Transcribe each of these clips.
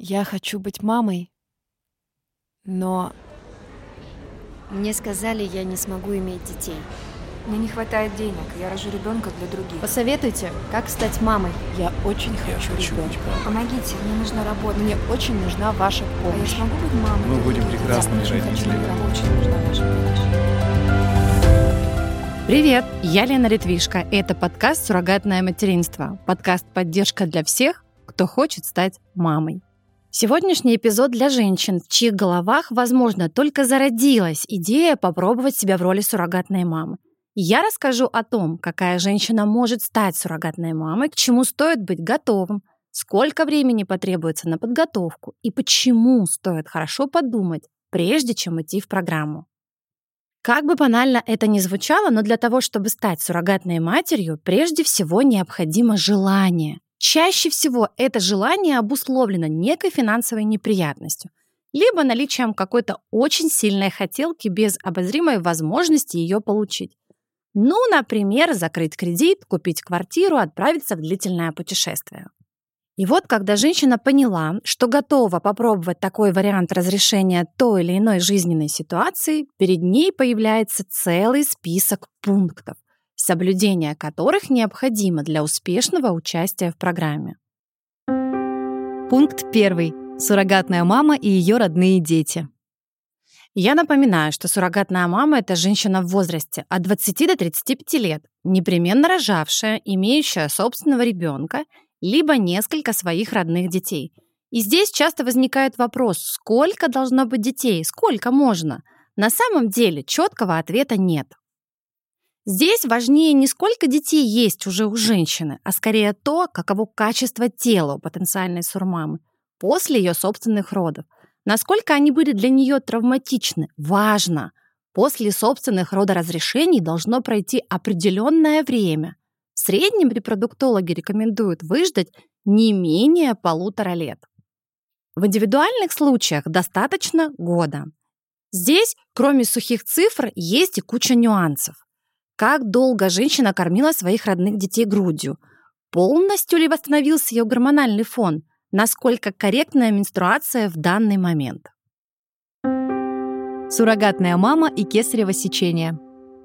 Я хочу быть мамой, но Мне сказали, я не смогу иметь детей. Мне не хватает денег, я рожу ребенка для других. Посоветуйте, как стать мамой. я очень хочу ребенка. Помогите, мне нужна работа. Мне очень нужна ваша А я помощь. смогу быть мамой? Мы для будем других? прекрасными Я очень хочу родителями. ребенка, очень нужна ваша помощь. Привет, я Лена Ретвишко, и это подкаст «Суррогатное материнство». Подкаст «Поддержка для всех, кто хочет стать мамой». Сегодняшний эпизод для женщин, в чьих головах, возможно, только зародилась идея попробовать себя в роли суррогатной мамы. Я расскажу о том, какая женщина может стать суррогатной мамой, к чему стоит быть готовым, сколько времени потребуется на подготовку и почему стоит хорошо подумать, прежде чем идти в программу. Как бы банально это ни звучало, но для того, чтобы стать суррогатной матерью, прежде всего необходимо желание. Чаще всего это желание обусловлено некой финансовой неприятностью, либо наличием какой-то очень сильной хотелки без обозримой возможности ее получить. Ну, например, закрыть кредит, купить квартиру, отправиться в длительное путешествие. И вот, когда женщина поняла, что готова попробовать такой вариант разрешения той или иной жизненной ситуации, перед ней появляется целый список пунктов, соблюдение которых необходимо для успешного участия в программе. Пункт 1. Суррогатная мама и ее родные дети. Я напоминаю, что суррогатная мама – это женщина в возрасте от 20 до 35 лет, непременно рожавшая, имеющая собственного ребенка, либо несколько своих родных детей. И здесь часто возникает вопрос, сколько должно быть детей, сколько можно? На самом деле четкого ответа нет. Здесь важнее не сколько детей есть уже у женщины, а скорее то, каково качество тела у потенциальной сурмамы после ее собственных родов. Насколько они были для нее травматичны, важно. После собственных родоразрешений должно пройти определенное время. В среднем репродуктологи рекомендуют выждать не менее 1,5 лет. В индивидуальных случаях достаточно года. Здесь, кроме сухих цифр, есть и куча нюансов. Как долго женщина кормила своих родных детей грудью? Полностью ли восстановился ее гормональный фон? Насколько корректная менструация в данный момент? Суррогатная мама и кесарево сечение.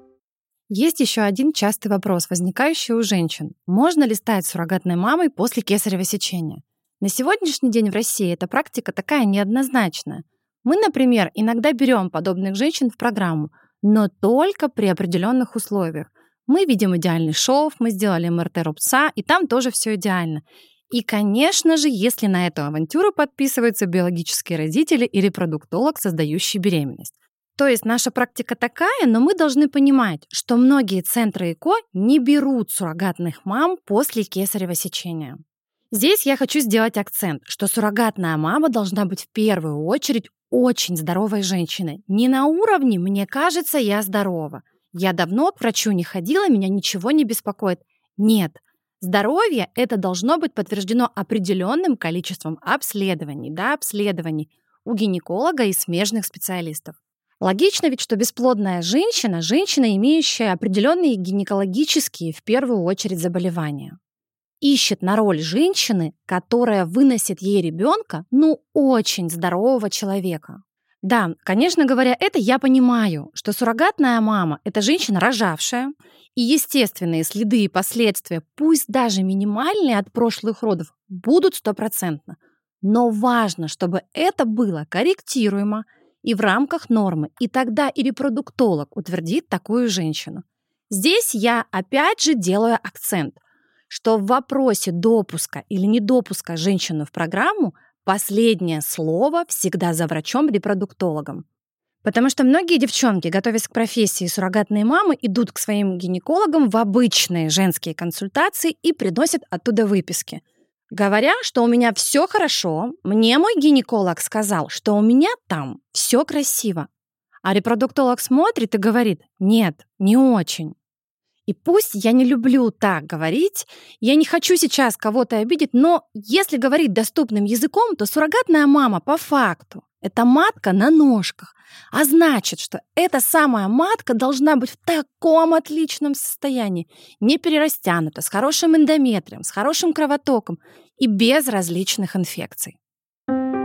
Есть еще один частый вопрос, возникающий у женщин. Можно ли стать суррогатной мамой после кесарево сечения? На сегодняшний день в России эта практика такая неоднозначная. Мы, например, иногда берем подобных женщин в программу, но только при определенных условиях. Мы видим идеальный шов, мы сделали МРТ рубца, и там тоже все идеально. И, конечно же, если на эту авантюру подписываются биологические родители и репродуктолог, создающий беременность. То есть наша практика такая, но мы должны понимать, что многие центры ЭКО не берут суррогатных мам после кесарево сечения. Здесь я хочу сделать акцент, что суррогатная мама должна быть в первую очередь очень здоровой женщиной. Не на уровне «мне кажется, я здорова». Я давно к врачу не ходила, меня ничего не беспокоит. Нет. Здоровье – это должно быть подтверждено определенным количеством обследований, обследований у гинеколога и смежных специалистов. Логично ведь, что бесплодная женщина – женщина, имеющая определенные гинекологические, в первую очередь, заболевания. Ищет на роль женщины, которая выносит ей ребенка, очень здорового человека. Да, конечно говоря, это я понимаю, что суррогатная мама – это женщина рожавшая, и естественные следы и последствия, пусть даже минимальные от прошлых родов, будут 100%. Но важно, чтобы это было корректируемо и в рамках нормы, и тогда и репродуктолог утвердит такую женщину. Здесь я опять же делаю акцент, что в вопросе допуска или недопуска женщины в программу последнее слово всегда за врачом-репродуктологом. Потому что многие девчонки, готовясь к профессии суррогатной мамы, идут к своим гинекологам в обычные женские консультации и приносят оттуда выписки. Говоря, что у меня все хорошо, мне мой гинеколог сказал, что у меня там все красиво. А репродуктолог смотрит и говорит: нет, не очень. И пусть я не люблю так говорить, я не хочу сейчас кого-то обидеть, но если говорить доступным языком, то суррогатная мама по факту – это матка на ножках. А значит, что эта самая матка должна быть в таком отличном состоянии, не перерастянута, с хорошим эндометрием, с хорошим кровотоком и без различных инфекций.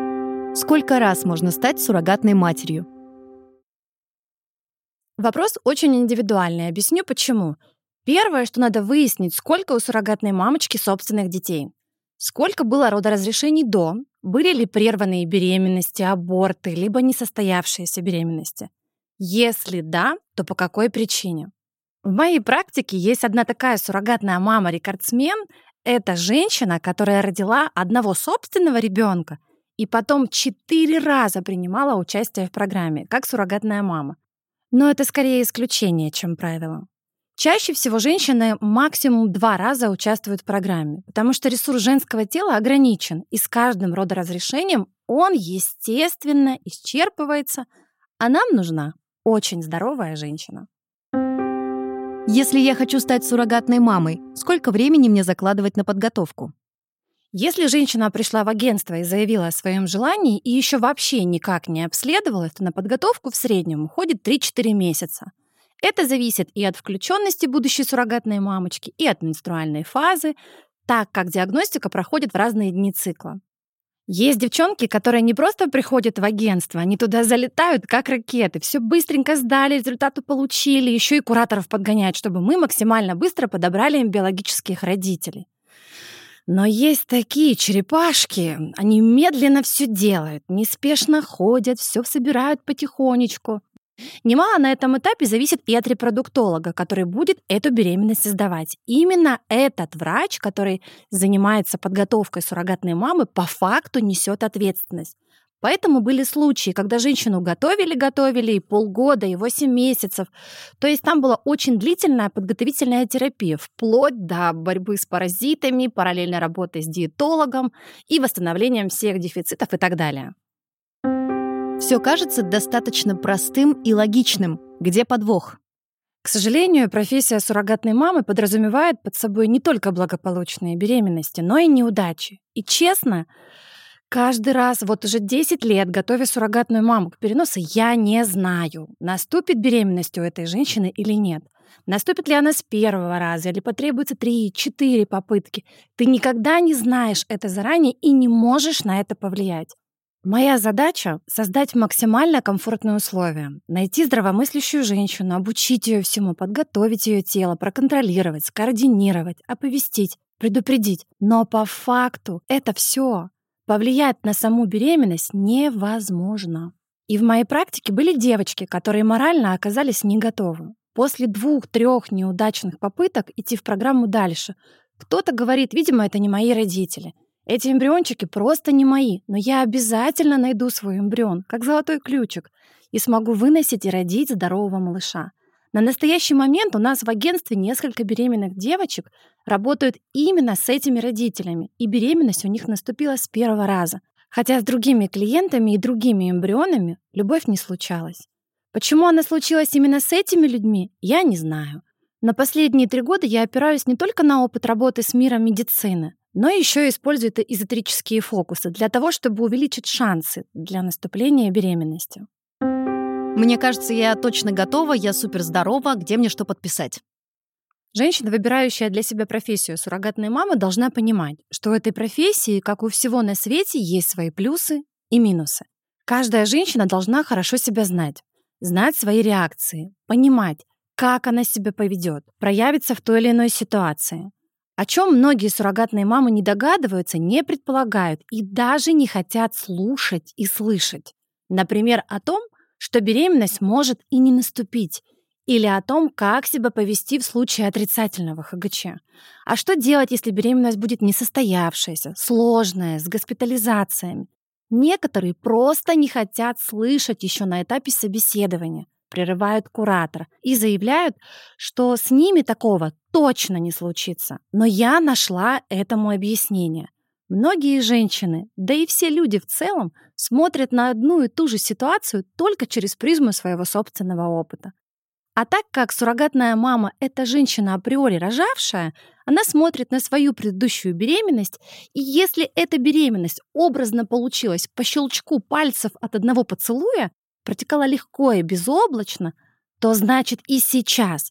Сколько раз можно стать суррогатной матерью? Вопрос очень индивидуальный. Объясню почему. Первое, что надо выяснить, сколько у суррогатной мамочки собственных детей. Сколько было родоразрешений до, были ли прерванные беременности, аборты, либо несостоявшиеся беременности. Если да, то по какой причине? В моей практике есть одна такая суррогатная мама-рекордсмен. Это женщина, которая родила одного собственного ребенка и потом 4 раза принимала участие в программе, как суррогатная мама. Но это скорее исключение, чем правило. Чаще всего женщины максимум 2 раза участвуют в программе, потому что ресурс женского тела ограничен, и с каждым родоразрешением он, естественно, исчерпывается, а нам нужна очень здоровая женщина. Если я хочу стать суррогатной мамой, сколько времени мне закладывать на подготовку? Если женщина пришла в агентство и заявила о своем желании и еще вообще никак не обследовалась, то на подготовку в среднем уходит 3-4 месяца. Это зависит и от включенности будущей суррогатной мамочки, и от менструальной фазы, так как диагностика проходит в разные дни цикла. Есть девчонки, которые не просто приходят в агентство, они туда залетают как ракеты, все быстренько сдали, результаты получили, еще и кураторов подгоняют, чтобы мы максимально быстро подобрали им биологических родителей. Но есть такие черепашки, они медленно все делают, неспешно ходят, все собирают потихонечку. Немало на этом этапе зависит и от репродуктолога, который будет эту беременность создавать. Именно этот врач, который занимается подготовкой суррогатной мамы, по факту несет ответственность. Поэтому были случаи, когда женщину готовили и полгода, и 8 месяцев. То есть там была очень длительная подготовительная терапия, вплоть до борьбы с паразитами, параллельной работы с диетологом и восстановлением всех дефицитов и так далее. Все кажется достаточно простым и логичным. Где подвох? К сожалению, профессия суррогатной мамы подразумевает под собой не только благополучные беременности, но и неудачи. И честно, каждый раз, вот уже 10 лет, готовя суррогатную маму к переносу, я не знаю, наступит беременность у этой женщины или нет. Наступит ли она с первого раза, или потребуется 3-4 попытки. Ты никогда не знаешь это заранее и не можешь на это повлиять. Моя задача — создать максимально комфортные условия, найти здравомыслящую женщину, обучить ее всему, подготовить ее тело, проконтролировать, скоординировать, оповестить, предупредить. Но по факту это все повлиять на саму беременность невозможно. И в моей практике были девочки, которые морально оказались не готовы. После 2-3 неудачных попыток идти в программу дальше. Кто-то говорит, видимо, это не мои родители. Эти эмбриончики просто не мои, но я обязательно найду свой эмбрион, как золотой ключик, и смогу выносить и родить здорового малыша. На настоящий момент у нас в агентстве несколько беременных девочек работают именно с этими родителями, и беременность у них наступила с первого раза. Хотя с другими клиентами и другими эмбрионами любовь не случалась. Почему она случилась именно с этими людьми, я не знаю. На последние 3 года я опираюсь не только на опыт работы с миром медицины, но еще используют эзотерические фокусы для того, чтобы увеличить шансы для наступления беременности. Мне кажется, я точно готова, я суперздорова, где мне что подписать? Женщина, выбирающая для себя профессию суррогатной мамы, должна понимать, что у этой профессии, как у всего на свете, есть свои плюсы и минусы. Каждая женщина должна хорошо себя знать свои реакции, понимать, как она себя поведет, проявится в той или иной ситуации. О чем многие суррогатные мамы не догадываются, не предполагают и даже не хотят слушать и слышать. Например, о том, что беременность может и не наступить, или о том, как себя повести в случае отрицательного ХГЧ. А что делать, если беременность будет несостоявшаяся, сложная, с госпитализациями? Некоторые просто не хотят слышать еще на этапе собеседования, прерывают куратора и заявляют, что с ними такого точно не случится. Но я нашла этому объяснение. Многие женщины, да и все люди в целом, смотрят на одну и ту же ситуацию только через призму своего собственного опыта. А так как суррогатная мама — это женщина априори рожавшая, она смотрит на свою предыдущую беременность, и если эта беременность образно получилась по щелчку пальцев от одного поцелуя, протекала легко и безоблачно, то значит и сейчас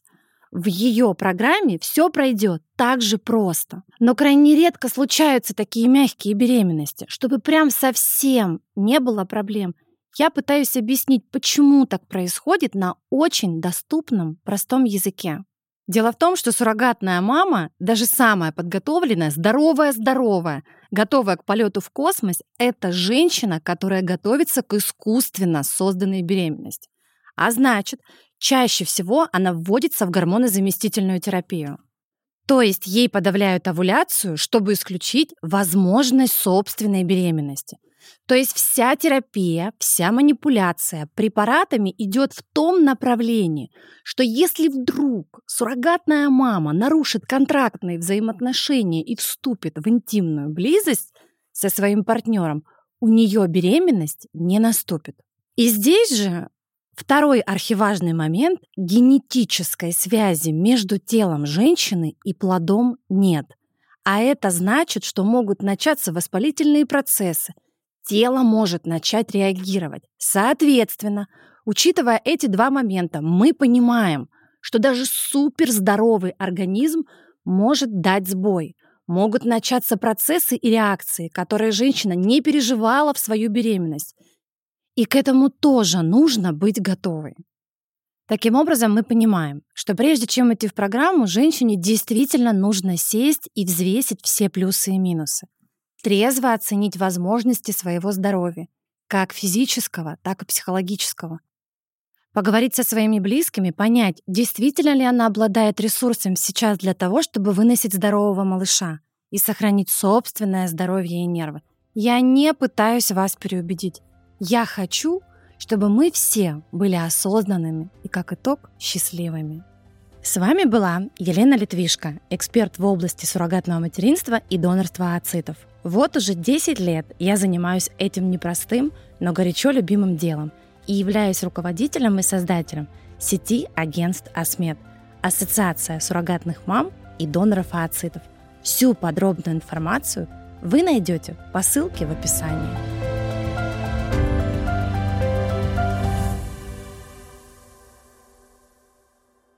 в ее программе все пройдет так же просто. Но крайне редко случаются такие мягкие беременности, чтобы прям совсем не было проблем. Я пытаюсь объяснить, почему так происходит на очень доступном, простом языке. Дело в том, что суррогатная мама, даже самая подготовленная, здоровая, готовая к полету в космос, это женщина, которая готовится к искусственно созданной беременности. А значит, чаще всего она вводится в гормонозаместительную терапию. То есть ей подавляют овуляцию, чтобы исключить возможность собственной беременности. То есть вся терапия, вся манипуляция препаратами идет в том направлении, что если вдруг суррогатная мама нарушит контрактные взаимоотношения и вступит в интимную близость со своим партнером, у нее беременность не наступит. И здесь же второй архиважный момент – генетической связи между телом женщины и плодом нет. А это значит, что могут начаться воспалительные процессы, тело может начать реагировать. Соответственно, учитывая эти два момента, мы понимаем, что даже суперздоровый организм может дать сбой. Могут начаться процессы и реакции, которые женщина не переживала в свою беременность. И к этому тоже нужно быть готовой. Таким образом, мы понимаем, что прежде чем идти в программу, женщине действительно нужно сесть и взвесить все плюсы и минусы. Трезво оценить возможности своего здоровья, как физического, так и психологического. Поговорить со своими близкими, понять, действительно ли она обладает ресурсом сейчас для того, чтобы выносить здорового малыша и сохранить собственное здоровье и нервы. Я не пытаюсь вас переубедить. Я хочу, чтобы мы все были осознанными и, как итог, счастливыми. С вами была Елена Литвишко, эксперт в области суррогатного материнства и донорства oocytов. Вот уже 10 лет я занимаюсь этим непростым, но горячо любимым делом и являюсь руководителем и создателем сети агентств АСМЕД, Ассоциация суррогатных мам и доноров oocytов. Всю подробную информацию вы найдете по ссылке в описании.